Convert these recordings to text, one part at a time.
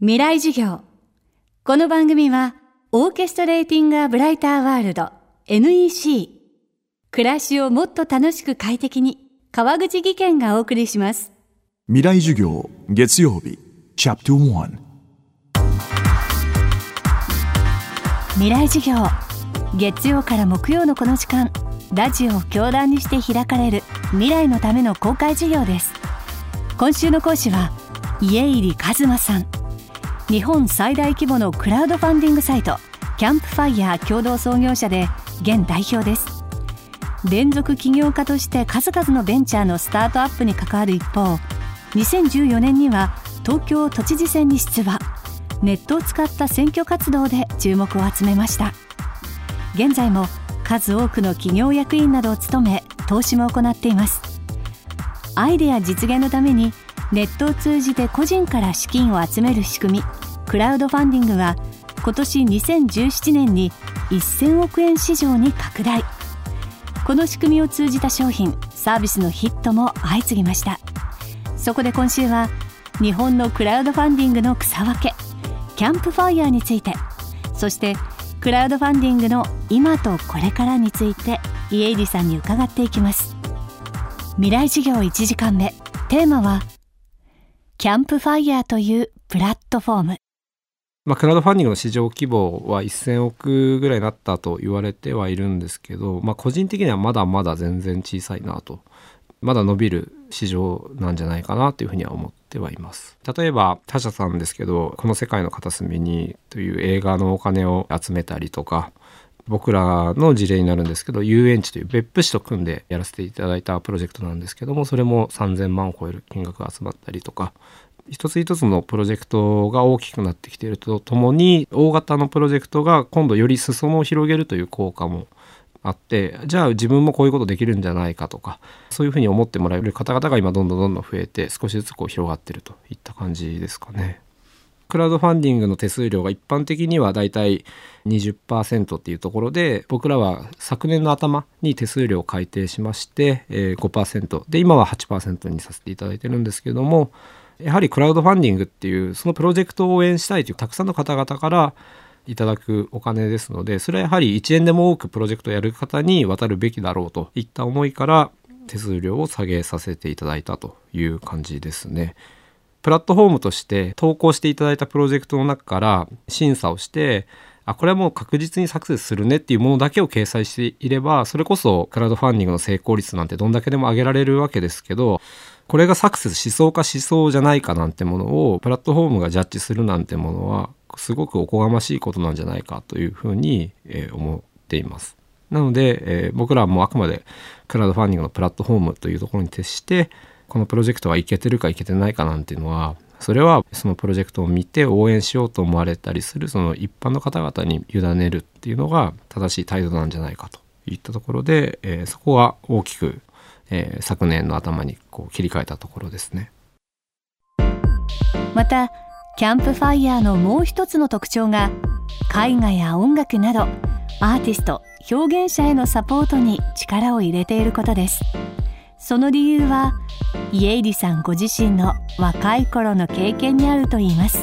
未来授業。この番組はオーケストレーティング・ア・ブライター・ワールド NEC 暮らしをもっと楽しく快適に川口義賢がお送りします。 未来授業月曜日チャプター1 未来授業月曜から木曜のこの時間、ラジオを教壇にして開かれる未来のための公開授業です。今週の講師は家入一馬さん。日本最大規模のクラウドファンディングサイトキャンプファイヤー共同創業者で現代表です。連続起業家として数々のベンチャーのスタートアップに関わる一方、2014年には東京都知事選に出馬、ネットを使った選挙活動で注目を集めました。現在も数多くの企業役員などを務め、投資も行っています。アイデア実現のためにネットを通じて個人から資金を集める仕組み、クラウドファンディングは今年2017年に1000億円市場に拡大。この仕組みを通じた商品、サービスのヒットも相次ぎました。そこで今週は日本のクラウドファンディングの草分け、キャンプファイヤーについて、そしてクラウドファンディングの今とこれからについて家入さんに伺っていきます。未来授業1時間目、テーマはキャンプファイヤーというプラットフォーム。 クラウドファンディングの市場規模は1000億ぐらいになったと言われてはいるんですけど、個人的にはまだまだ全然小さいなと、まだ伸びる市場なんじゃないかなというふうには思ってはいます。例えば他社さんですけど、この世界の片隅にという映画のお金を集めたりとか、僕らの事例になるんですけど、遊園地という別府市と組んでやらせていただいたプロジェクトなんですけども、それも3000万を超える金額が集まったりとか、一つ一つのプロジェクトが大きくなってきているとともに、大型のプロジェクトが今度より裾野を広げるという効果もあって、じゃあ自分もこういうことできるんじゃないかとか、そういうふうに思ってもらえる方々が今どんどん増えて、少しずつ広がっているといった感じですかね。クラウドファンディングの手数料が一般的にはだいたい 20% っていうところで、僕らは昨年の頭に手数料を改定しまして、5% で今は 8% にさせていただいてるんですけども、やはりクラウドファンディングっていうそのプロジェクトを応援したいというたくさんの方々からいただくお金ですので、それはやはり1円でも多くプロジェクトをやる方に渡るべきだろうといった思いから手数料を下げさせていただいたという感じですね。プラットフォームとして投稿していただいたプロジェクトの中から審査をして、これはもう確実にサクセスするねっていうものだけを掲載していれば、それこそクラウドファンディングの成功率なんてどんだけでも上げられるわけですけど、これがサクセスしそうかしそうじゃないかなんてものをプラットフォームがジャッジするなんてものはすごくおこがましいことなんじゃないかというふうに思っています。なので、僕らはもうあくまでクラウドファンディングのプラットフォームというところに徹して、このプロジェクトがいけてるかいけてないかなんていうのは、それはそのプロジェクトを見て応援しようと思われたりするその一般の方々に委ねるっていうのが正しい態度なんじゃないかといったところで、そこは大きく、昨年の頭に切り替えたところですね。 またキャンプファイヤーのもう一つの特徴が、絵画や音楽などアーティスト表現者へのサポートに力を入れていることです。その理由は家入さんご自身の若い頃の経験にあるといいます。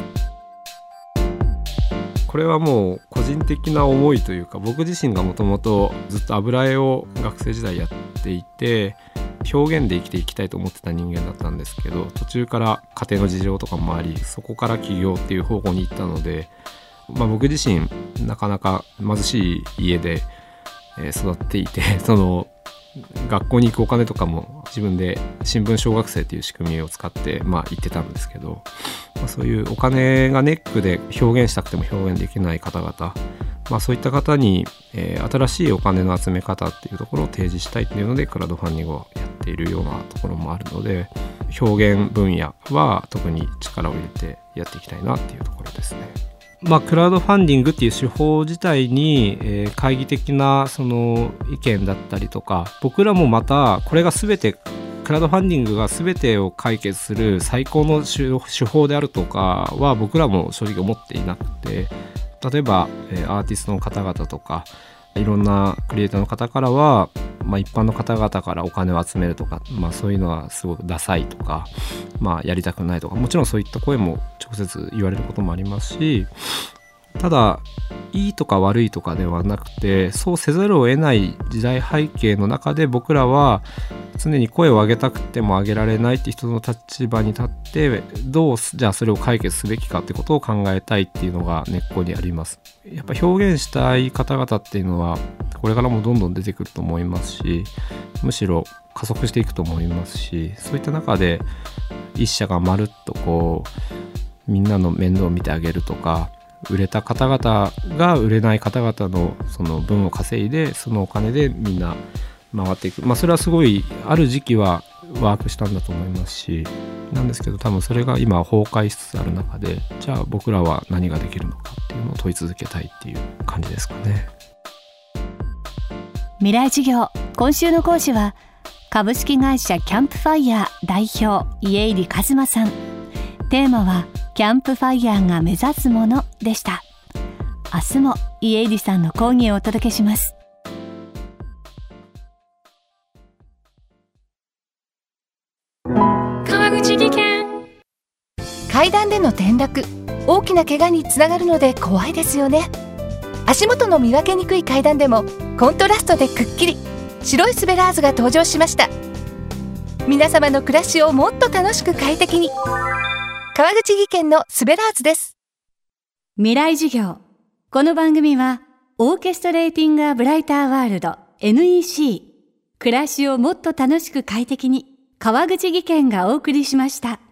これはもう個人的な思いというか、僕自身がもともとずっと油絵を学生時代やっていて、表現で生きていきたいと思ってた人間だったんですけど、途中から家庭の事情とかもあり、そこから起業っていう方向に行ったので、僕自身なかなか貧しい家で育っていて、その学校に行くお金とかも自分で新聞小学生っていう仕組みを使って行ってたんですけど、そういうお金がネックで表現したくても表現できない方々、そういった方に、新しいお金の集め方っていうところを提示したいっていうのでクラウドファンディングをやっているようなところもあるので、表現分野は特に力を入れてやっていきたいなっていうところですね。クラウドファンディングっていう手法自体に、懐疑的なその意見だったりとか、僕らもまたこれが全てクラウドファンディングが全てを解決する最高の手法であるとかは僕らも正直思っていなくて、例えばアーティストの方々とかいろんなクリエイターの方からは、一般の方々からお金を集めるとか、そういうのはすごくダサいとか、やりたくないとか、もちろんそういった声も直接言われることもありますし、ただいいとか悪いとかではなくて、そうせざるを得ない時代背景の中で僕らは常に声を上げたくても上げられないって人の立場に立って、どうじゃあそれを解決すべきかってことを考えたいっていうのが根っこにあります。やっぱ表現したい方々っていうのはこれからもどんどん出てくると思いますし、むしろ加速していくと思いますし、そういった中で一社がまるっとこうみんなの面倒を見てあげるとか、売れた方々が売れない方々のその分を稼いで、そのお金でみんな回っていく、それはすごいある時期はワークしたんだと思いますし、なんですけど多分それが今崩壊しつつある中で、じゃあ僕らは何ができるのかっていうのを問い続けたいっていう感じですかね。 未来授業、今週の講師は株式会社キャンプファイヤー代表家入一馬さん。テーマはキャンプファイヤーが目指すものでした。明日も家入さんの講義をお届けします。 川口技研。階段での転落、大きな怪我につながるので怖いですよね。足元の見分けにくい階段でもコントラストでくっきり白いスベラーズが登場しました。皆様の暮らしをもっと楽しく快適に、川口技研のスベラーズです。 未来授業、この番組はオーケストレーティングアブライターワールド NEC、 暮らしをもっと楽しく快適に、川口技研がお送りしました。